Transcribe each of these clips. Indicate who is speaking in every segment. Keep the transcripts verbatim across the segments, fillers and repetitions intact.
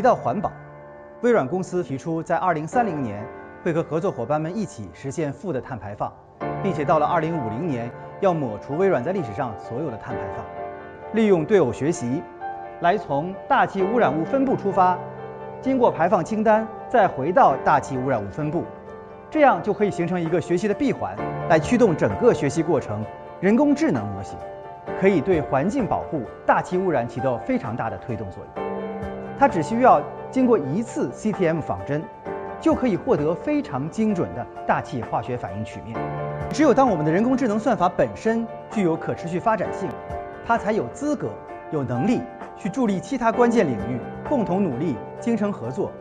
Speaker 1: 到环保，微软公司提出在二零三零年会和合作伙伴们一起实现负的碳排放，并且到了二零五零年要抹除微软在历史上所有的碳排放。利用对偶学习，来从大气污染物分布出发，经过排放清单，再回到大气污染物分布，这样就可以形成一个学习的闭环，来驱动整个学习过程。人工智能模型可以对环境保护、大气污染起到非常大的推动作用。它只需要经过一次 C T M 仿真，就可以获得非常精准的大气化学反应曲面。只有当我们的人工智能算法本身具有可持续发展性，它才有资格、有能力去助力其他关键领域共同努力、精诚合作。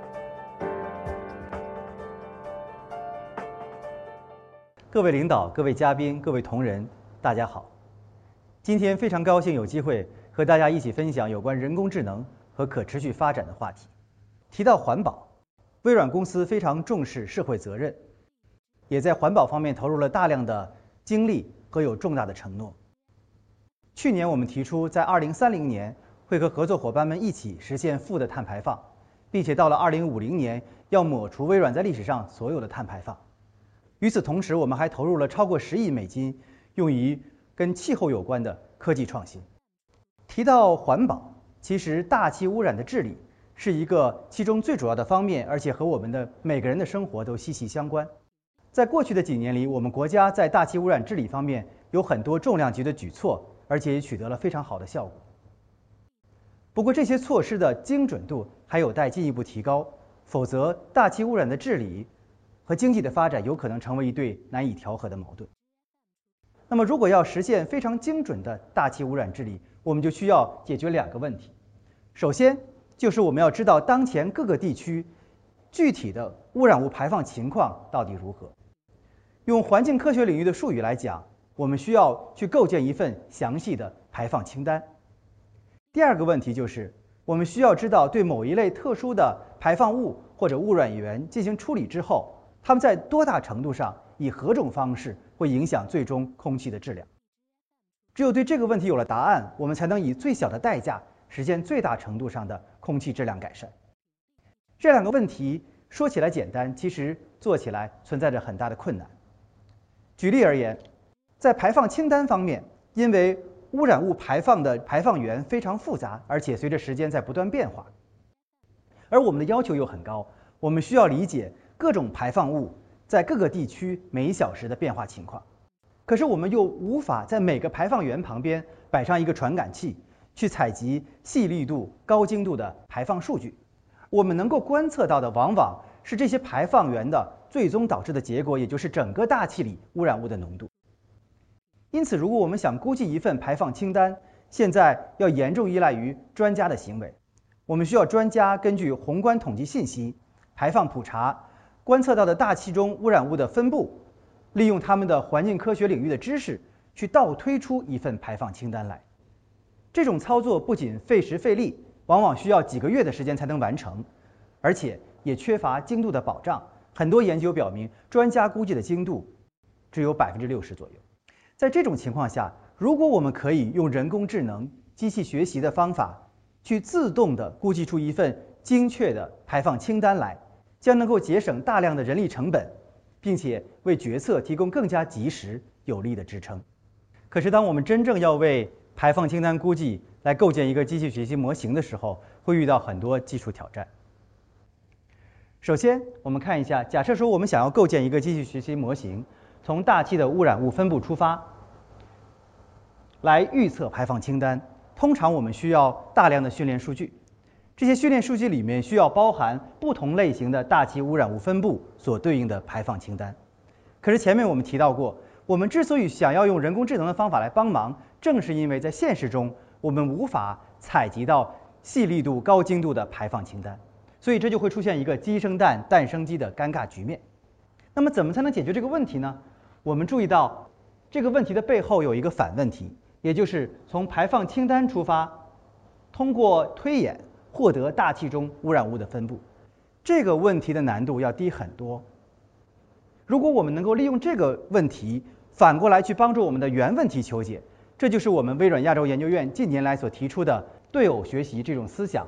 Speaker 1: 各位领导、各位嘉宾、各位同仁，大家好。今天非常高兴有机会和大家一起分享有关人工智能和可持续发展的话题。提到环保，微软公司非常重视社会责任，也在环保方面投入了大量的精力和有重大的承诺。去年我们提出在二零三零年会和合作伙伴们一起实现负的碳排放，并且到了二零五零年要抹除微软在历史上所有的碳排放。与此同时，我们还投入了超过十亿美金用于跟气候有关的科技创新。提到环保，其实大气污染的治理是一个其中最主要的方面，而且和我们的每个人的生活都息息相关。在过去的几年里，我们国家在大气污染治理方面有很多重量级的举措，而且也取得了非常好的效果。不过这些措施的精准度还有待进一步提高，否则大气污染的治理和经济的发展有可能成为一对难以调和的矛盾。那么如果要实现非常精准的大气污染治理，我们就需要解决两个问题。首先就是我们要知道当前各个地区具体的污染物排放情况到底如何。用环境科学领域的术语来讲，我们需要去构建一份详细的排放清单。第二个问题就是我们需要知道对某一类特殊的排放物或者污染源进行处理之后，它们在多大程度上以何种方式会影响最终空气的质量。只有对这个问题有了答案，我们才能以最小的代价实现最大程度上的空气质量改善。这两个问题说起来简单，其实做起来存在着很大的困难。举例而言，在排放清单方面，因为污染物排放的排放源非常复杂，而且随着时间在不断变化，而我们的要求又很高，我们需要理解各种排放物在各个地区每小时的变化情况。可是我们又无法在每个排放源旁边摆上一个传感器，去采集细粒度、高精度的排放数据。我们能够观测到的往往是这些排放源的最终导致的结果，也就是整个大气里污染物的浓度。因此，如果我们想估计一份排放清单，现在要严重依赖于专家的行为。我们需要专家根据宏观统计信息、排放普查、观测到的大气中污染物的分布，利用他们的环境科学领域的知识，去倒推出一份排放清单来。这种操作不仅费时费力，往往需要几个月的时间才能完成，而且也缺乏精度的保障。很多研究表明，专家估计的精度只有百分之六十左右。在这种情况下，如果我们可以用人工智能、机器学习的方法，去自动的估计出一份精确的排放清单来，将能够节省大量的人力成本，并且为决策提供更加及时有力的支撑。可是当我们真正要为排放清单估计来构建一个机器学习模型的时候，会遇到很多技术挑战。首先我们看一下，假设说我们想要构建一个机器学习模型，从大气的污染物分布出发来预测排放清单，通常我们需要大量的训练数据。这些训练数据里面需要包含不同类型的大气污染物分布所对应的排放清单。可是前面我们提到过，我们之所以想要用人工智能的方法来帮忙，正是因为在现实中我们无法采集到细粒度、高精度的排放清单，所以这就会出现一个鸡生蛋，蛋生鸡的尴尬局面。那么怎么才能解决这个问题呢？我们注意到这个问题的背后有一个反问题，也就是从排放清单出发，通过推演获得大气中污染物的分布。这个问题的难度要低很多。如果我们能够利用这个问题反过来去帮助我们的原问题求解，这就是我们微软亚洲研究院近年来所提出的对偶学习这种思想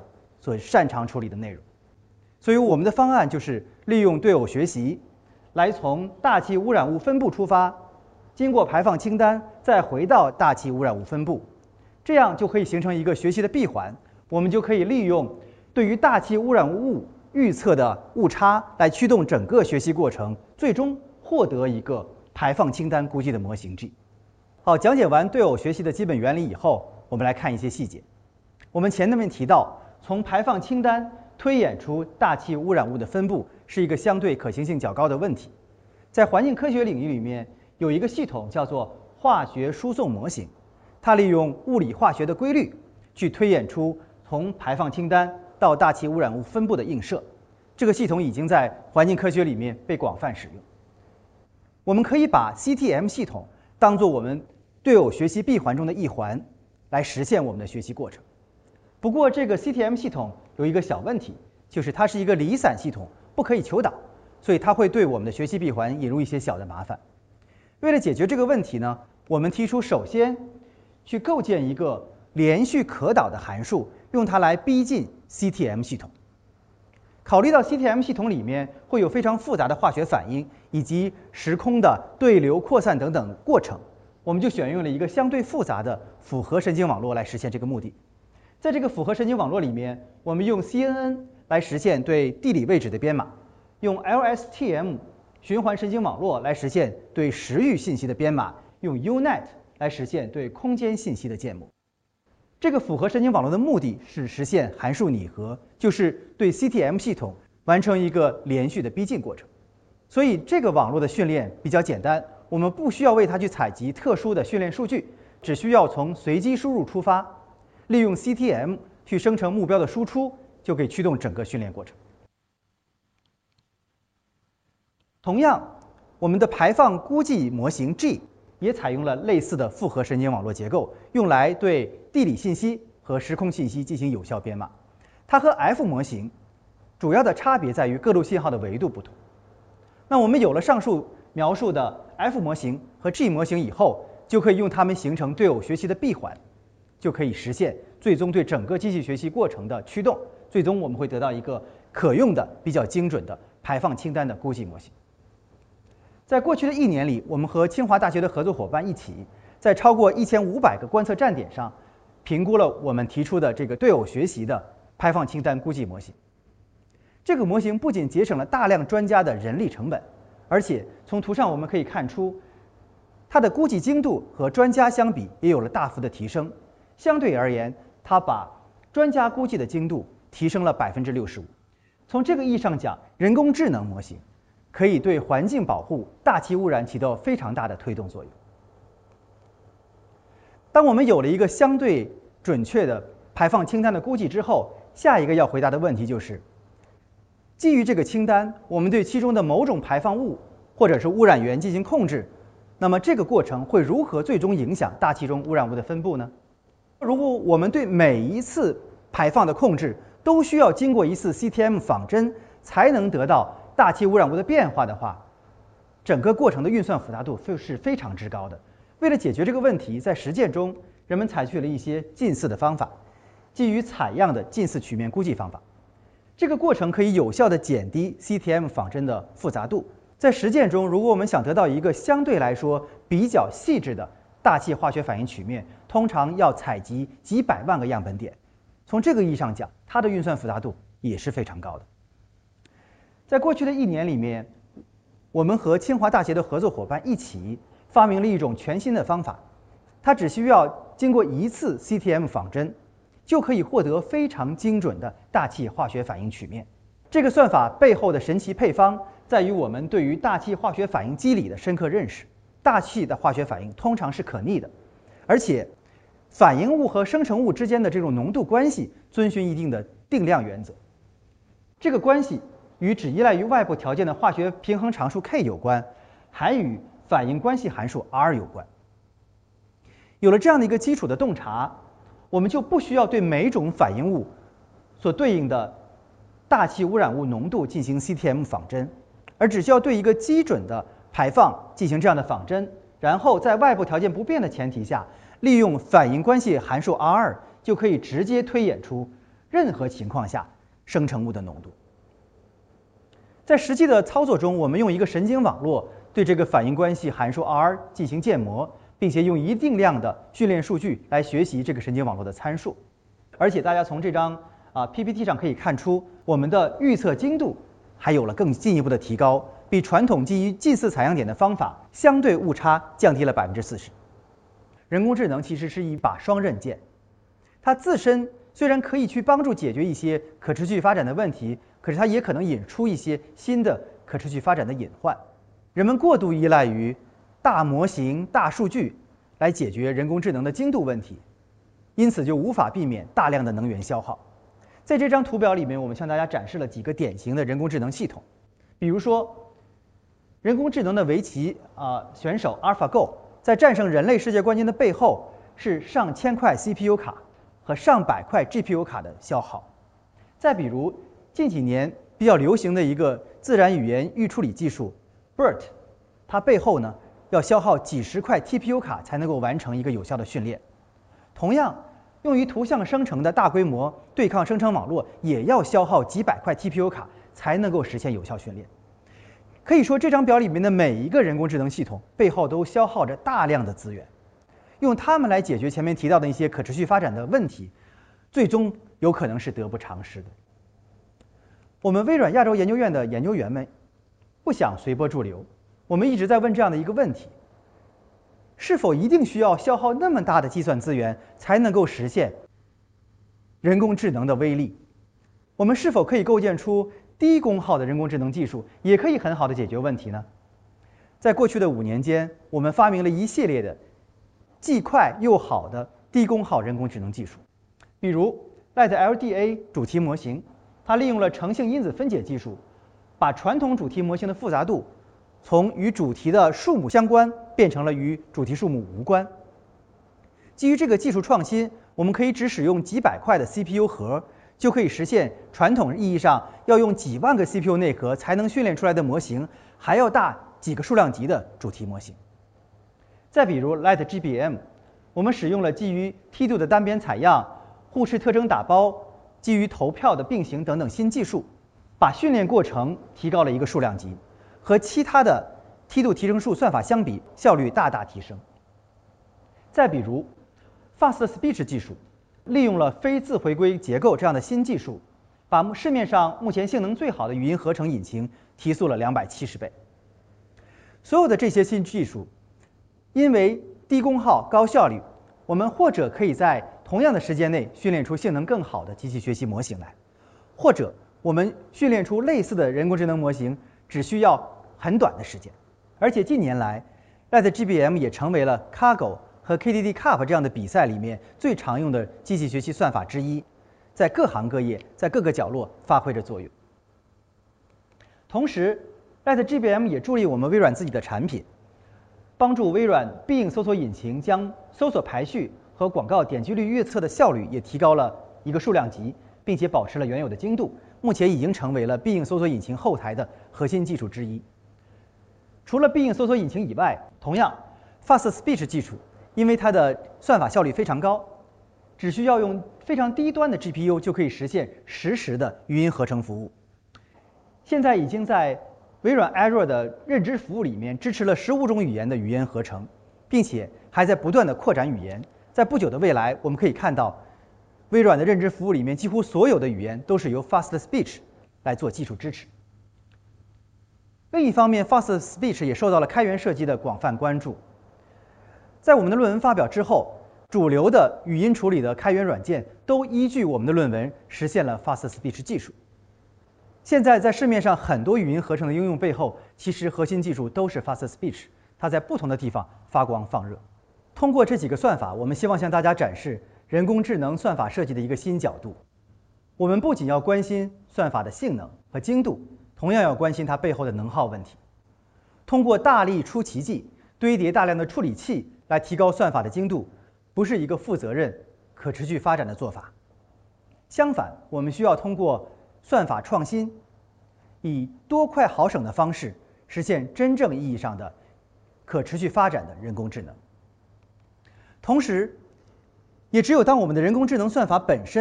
Speaker 1: 所擅长处理的内容。所以我们的方案就是利用对偶学习，来从大气污染物分布出发，经过排放清单，再回到大气污染物分布，这样就可以形成一个学习的闭环。我们就可以利用对于大气污染物预测的误差来驱动整个学习过程，最终获得一个排放清单估计的模型 G。好，讲解完对偶学习的基本原理以后，我们来看一些细节。我们前面提到，从排放清单推演出大气污染物的分布是一个相对可行性较高的问题。在环境科学领域里面，有一个系统叫做化学输送模型，它利用物理化学的规律去推演出从排放清单到大气污染物分布的映射。这个系统已经在环境科学里面被广泛使用。我们可以把 C T M 系统当作我们对偶学习闭环中的一环，来实现我们的学习过程。不过这个 C T M 系统有一个小问题，就是它是一个离散系统，不可以求导，所以它会对我们的学习闭环引入一些小的麻烦。为了解决这个问题呢，我们提出首先去构建一个连续可导的函数，用它来逼近 C T M 系统。考虑到 C T M 系统里面会有非常复杂的化学反应，以及时空的对流、扩散等等过程，我们就选用了一个相对复杂的复合神经网络来实现这个目的。在这个复合神经网络里面，我们用 C N N 来实现对地理位置的编码，用 L S T M 循环神经网络来实现对时域信息的编码，用 U Net 来实现对空间信息的建模。这个复合神经网络的目的是实现函数拟合，就是对 C T M 系统完成一个连续的逼近过程。所以这个网络的训练比较简单，我们不需要为它去采集特殊的训练数据，只需要从随机输入出发，利用 C T M 去生成目标的输出，就可以驱动整个训练过程。同样，我们的排放估计模型 G 也采用了类似的复合神经网络结构，用来对地理信息和时空信息进行有效编码。它和 F 模型主要的差别在于各路信号的维度不同。那我们有了上述描述的 F 模型和 G 模型以后，就可以用它们形成对偶学习的闭环，就可以实现最终对整个机器学习过程的驱动。最终我们会得到一个可用的、比较精准的排放清单的估计模型。在过去的一年里，我们和清华大学的合作伙伴一起，在超过一千五百个观测站点上，评估了我们提出的这个对偶学习的排放清单估计模型。这个模型不仅节省了大量专家的人力成本，而且从图上我们可以看出，它的估计精度和专家相比也有了大幅的提升。相对而言，它把专家估计的精度提升了 百分之六十五。从这个意义上讲，人工智能模型可以对环境保护、大气污染起到非常大的推动作用。当我们有了一个相对准确的排放清单的估计之后，下一个要回答的问题就是，基于这个清单，我们对其中的某种排放物或者是污染源进行控制，那么这个过程会如何最终影响大气中污染物的分布呢？如果我们对每一次排放的控制都需要经过一次 C T M 仿真才能得到大气污染物的变化的话，整个过程的运算复杂度是非常之高的。为了解决这个问题，在实践中人们采取了一些近似的方法，基于采样的近似曲面估计方法。这个过程可以有效地减低 C T M 仿真的复杂度。在实践中，如果我们想得到一个相对来说比较细致的大气化学反应曲面，通常要采集几百万个样本点。从这个意义上讲，它的运算复杂度也是非常高的。在过去的一年里面，我们和清华大学的合作伙伴一起发明了一种全新的方法，它只需要经过一次 C T M 仿真，就可以获得非常精准的大气化学反应曲面。这个算法背后的神奇配方在于我们对于大气化学反应机理的深刻认识。大气的化学反应通常是可逆的，而且反应物和生成物之间的这种浓度关系遵循一定的定量原则。这个关系与只依赖于外部条件的化学平衡常数 K 有关，还与反应关系函数 R 有关。有了这样的一个基础的洞察，我们就不需要对每种反应物所对应的大气污染物浓度进行 C T M 仿真，而只需要对一个基准的排放进行这样的仿真，然后在外部条件不变的前提下，利用反应关系函数 R 就可以直接推演出任何情况下生成物的浓度。在实际的操作中，我们用一个神经网络对这个反应关系函数 R 进行建模，并且用一定量的训练数据来学习这个神经网络的参数。而且大家从这张啊 P P T 上可以看出，我们的预测精度还有了更进一步的提高，比传统基于近似采样点的方法相对误差降低了百分之四十。人工智能其实是一把双刃剑，它自身虽然可以去帮助解决一些可持续发展的问题，可是它也可能引出一些新的可持续发展的隐患。人们过度依赖于大模型、大数据来解决人工智能的精度问题，因此就无法避免大量的能源消耗。在这张图表里面，我们向大家展示了几个典型的人工智能系统，比如说人工智能的围棋啊、呃、选手 AlphaGo， 在战胜人类世界冠军的背后是上千块 C P U 卡和上百块 G P U 卡的消耗。再比如近几年比较流行的一个自然语言预处理技术 B E R T， 它背后呢要消耗几十块 T P U 卡才能够完成一个有效的训练。同样，用于图像生成的大规模对抗生成网络也要消耗几百块 T P U 卡才能够实现有效训练。可以说，这张表里面的每一个人工智能系统背后都消耗着大量的资源，用它们来解决前面提到的一些可持续发展的问题，最终有可能是得不偿失的。我们微软亚洲研究院的研究员们不想随波逐流，我们一直在问这样的一个问题：是否一定需要消耗那么大的计算资源才能够实现人工智能的威力？我们是否可以构建出低功耗的人工智能技术，也可以很好的解决问题呢？在过去的五年间，我们发明了一系列的既快又好的低功耗人工智能技术，比如 Light L D A 主题模型，它利用了诚性因子分解技术，把传统主题模型的复杂度从与主题的数目相关变成了与主题数目无关。基于这个技术创新，我们可以只使用几百块的 C P U 核，就可以实现传统意义上要用几万个 C P U 内核才能训练出来的模型还要大几个数量级的主题模型。再比如 Light G B M， 我们使用了基于梯度的单边采样、互斥特征打包、基于投票的并行等等新技术，把训练过程提高了一个数量级，和其他的梯度提升数算法相比，效率大大提升。再比如 Fast Speech 技术，利用了非自回归结构这样的新技术，把市面上目前性能最好的语音合成引擎提速了两百七十倍。所有的这些新技术，因为低功耗高效率，我们或者可以在同样的时间内训练出性能更好的机器学习模型来，或者我们训练出类似的人工智能模型只需要很短的时间。而且近年来 Light G B M 也成为了 Kaggle 和 K D D Cup 这样的比赛里面最常用的机器学习算法之一，在各行各业在各个角落发挥着作用。同时 Light G B M 也助力我们微软自己的产品，帮助微软必应搜索引擎将搜索排序和广告点击率预测的效率也提高了一个数量级，并且保持了原有的精度，目前已经成为了必应搜索引擎后台的核心技术之一。除了必应搜索引擎以外，同样 Fast Speech 技术因为它的算法效率非常高，只需要用非常低端的 G P U 就可以实现实时的语音合成服务。现在已经在微软 Azure 的认知服务里面支持了十五种语言的语言合成，并且还在不断的扩展语言。在不久的未来，我们可以看到微软的认知服务里面几乎所有的语言都是由 Fast Speech 来做技术支持。另一方面 ，Fast Speech 也受到了开源设计的广泛关注。在我们的论文发表之后，主流的语音处理的开源软件都依据我们的论文实现了 Fast Speech 技术。现在在市面上很多语音合成的应用背后，其实核心技术都是 Fast Speech， 它在不同的地方发光放热。通过这几个算法，我们希望向大家展示人工智能算法设计的一个新角度。我们不仅要关心算法的性能和精度，同样要关心它背后的能耗问题。通过大力出奇迹，堆叠大量的处理器来提高算法的精度，不是一个负责任、可持续发展的做法。相反，我们需要通过算法创新，以多快好省的方式实现真正意义上的可持续发展的人工智能。同时，也只有当我们的人工智能算法本身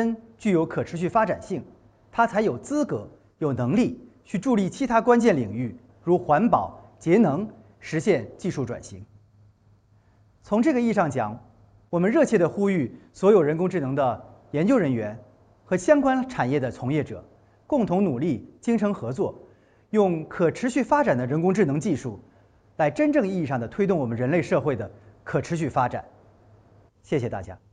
Speaker 1: 具有可持续发展性，它才有资格、有能力去助力其他关键领域，如环保、节能，实现技术转型。从这个意义上讲，我们热切地呼吁所有人工智能的研究人员和相关产业的从业者共同努力，精诚合作，用可持续发展的人工智能技术，来真正意义上的推动我们人类社会的可持续发展。谢谢大家。